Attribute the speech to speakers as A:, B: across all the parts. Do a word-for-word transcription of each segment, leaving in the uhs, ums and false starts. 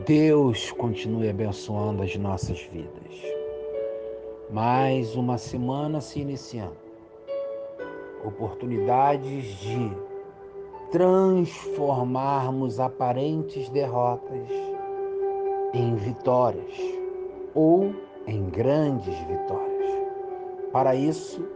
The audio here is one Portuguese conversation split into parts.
A: Deus continue abençoando as nossas vidas. Mais uma semana se iniciando. Oportunidades de transformarmos aparentes derrotas em vitórias ou em grandes vitórias. Para isso,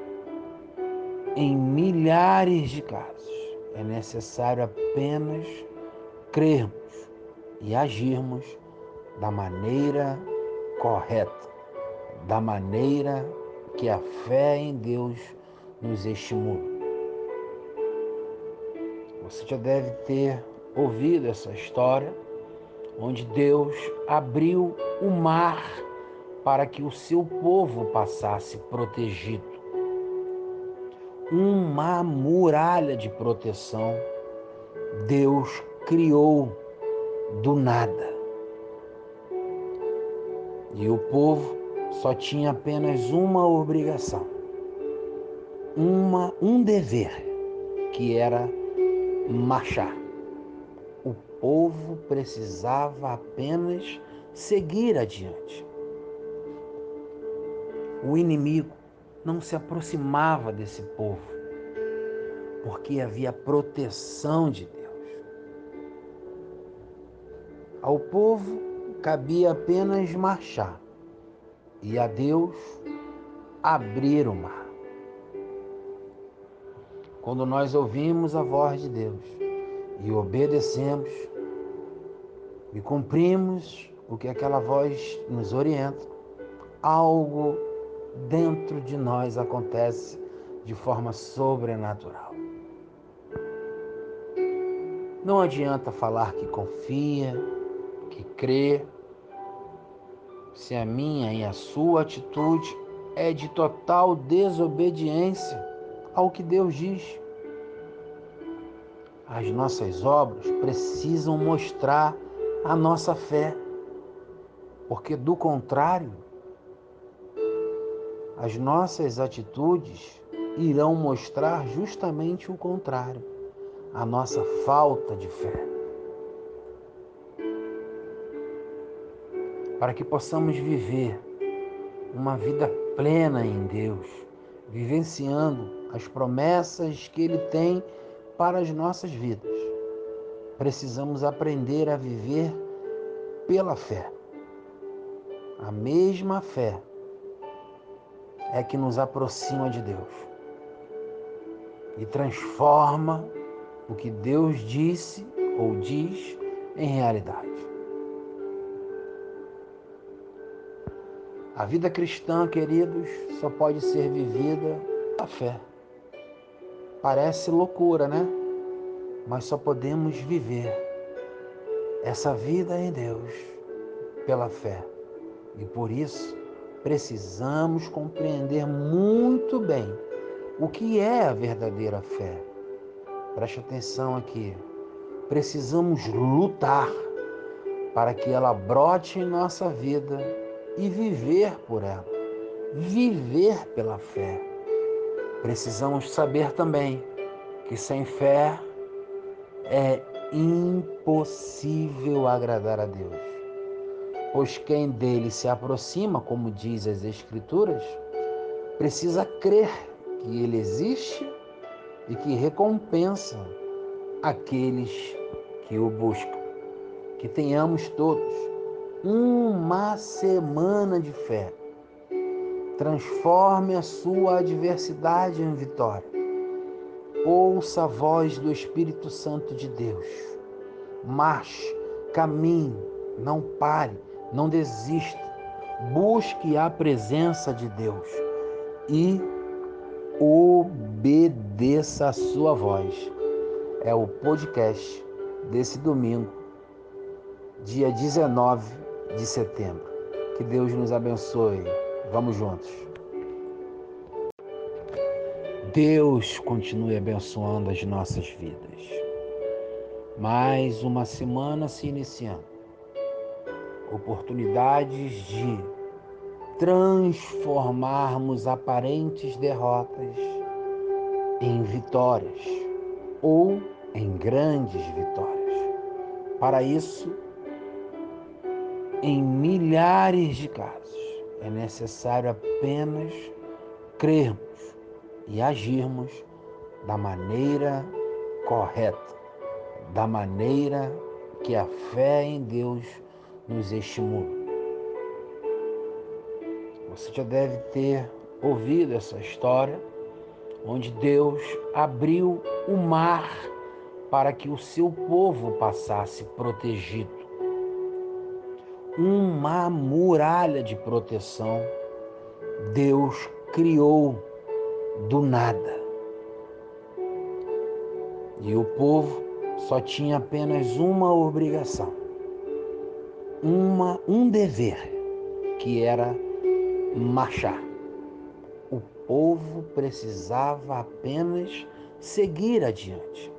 A: em milhares de casos, é necessário apenas crermos e agirmos da maneira correta, da maneira que a fé em Deus nos estimula. Você já deve ter ouvido essa história, onde Deus abriu o mar para que o seu povo passasse protegido. Uma muralha de proteção Deus criou do nada. E o povo só tinha apenas uma obrigação, uma, um dever, que era marchar. O povo precisava apenas seguir adiante. O inimigo não se aproximava desse povo, porque havia proteção de Deus. Ao povo cabia apenas marchar, e a Deus abrir o mar. Quando nós ouvimos a voz de Deus e obedecemos e cumprimos o que aquela voz nos orienta, algo dentro de nós acontece de forma sobrenatural. Não adianta falar que confia, que crê, se a minha e a sua atitude é de total desobediência ao que Deus diz. As nossas obras precisam mostrar a nossa fé, porque do contrário, as nossas atitudes irão mostrar justamente o contrário, a nossa falta de fé. Para que possamos viver uma vida plena em Deus, vivenciando as promessas que Ele tem para as nossas vidas, precisamos aprender a viver pela fé. A mesma fé é que nos aproxima de Deus e transforma o que Deus disse ou diz em realidade. A vida cristã, queridos, só pode ser vivida pela fé. Parece loucura, né? Mas só podemos viver essa vida em Deus pela fé. E por isso, precisamos compreender muito bem o que é a verdadeira fé. Preste atenção aqui. Precisamos lutar para que ela brote em nossa vida e viver por ela. Viver pela fé. Precisamos saber também que sem fé é impossível agradar a Deus. Pois quem dele se aproxima, como diz as Escrituras, precisa crer que ele existe e que recompensa aqueles que o buscam. Que tenhamos todos uma semana de fé. Transforme a sua adversidade em vitória. Ouça a voz do Espírito Santo de Deus. Marche, caminhe, não pare, não desista. Busque a presença de Deus e obedeça a sua voz. É o podcast desse domingo, dia dezenove de setembro. Que Deus nos abençoe. Vamos juntos. Deus continue abençoando as nossas vidas. Mais uma semana se iniciando. Oportunidades de transformarmos aparentes derrotas em vitórias ou em grandes vitórias. Para isso, em milhares de casos. É necessário apenas crermos e agirmos da maneira correta, da maneira que a fé em Deus nos estimula. Você já deve ter ouvido essa história, onde Deus abriu o mar para que o seu povo passasse protegido. Uma muralha de proteção Deus criou do nada. E o povo só tinha apenas uma obrigação, uma, um dever, que era marchar. O povo precisava apenas seguir adiante.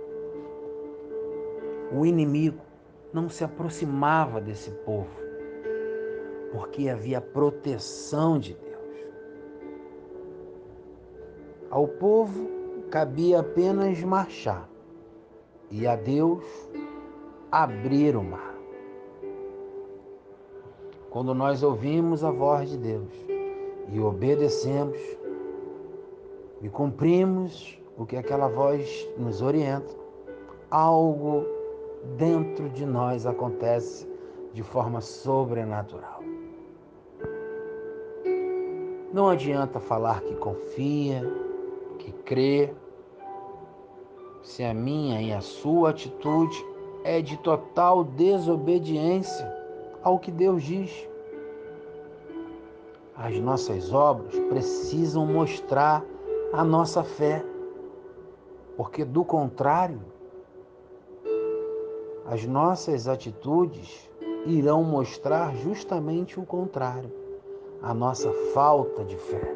A: O inimigo não se aproximava desse povo, porque havia proteção de Deus. Ao povo cabia apenas marchar, e a Deus abrir o mar. Quando nós ouvimos a voz de Deus e obedecemos e cumprimos o que aquela voz nos orienta, algo dentro de nós acontece de forma sobrenatural. Não adianta falar que confia, que crê, se a minha e a sua atitude é de total desobediência ao que Deus diz. As nossas obras precisam mostrar a nossa fé, porque do contrário, as nossas atitudes irão mostrar justamente o contrário, a nossa falta de fé.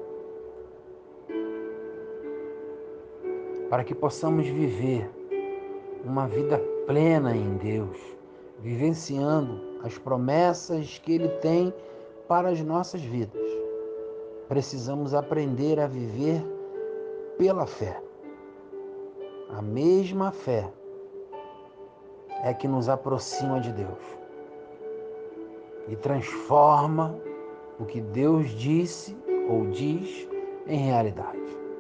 A: Para que possamos viver uma vida plena em Deus, vivenciando as promessas que Ele tem para as nossas vidas, precisamos aprender a viver pela fé. A mesma fé é que nos aproxima de Deus e transforma o que Deus disse ou diz em realidade.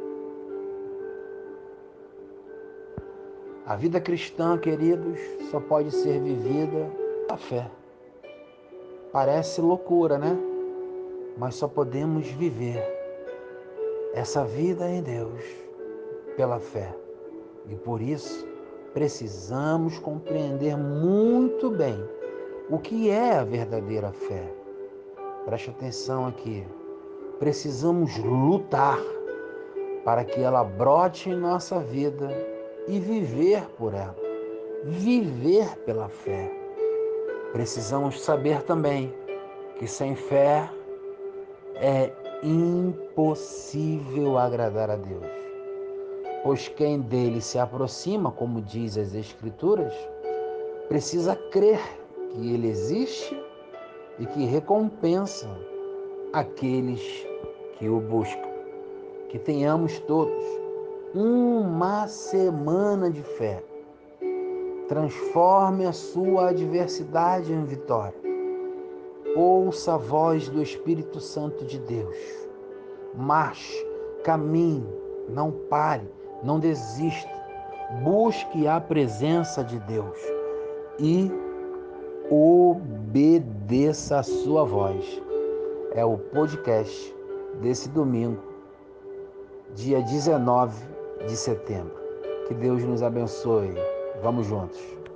A: A vida cristã, queridos, só pode ser vivida pela fé. Parece loucura, né? Mas só podemos viver essa vida em Deus pela fé. E por isso, precisamos compreender muito bem o que é a verdadeira fé. Preste atenção aqui. Precisamos lutar para que ela brote em nossa vida e viver por ela. Viver pela fé. Precisamos saber também que sem fé é impossível agradar a Deus. Pois quem dele se aproxima, como diz as Escrituras, precisa crer que ele existe e que recompensa aqueles que o buscam. Que tenhamos todos uma semana de fé. Transforme a sua adversidade em vitória. Ouça a voz do Espírito Santo de Deus. Marche, caminhe, não pare, não desista. Busque a presença de Deus e obedeça a sua voz. É o podcast desse domingo, dia dezenove de setembro. Que Deus nos abençoe. Vamos juntos.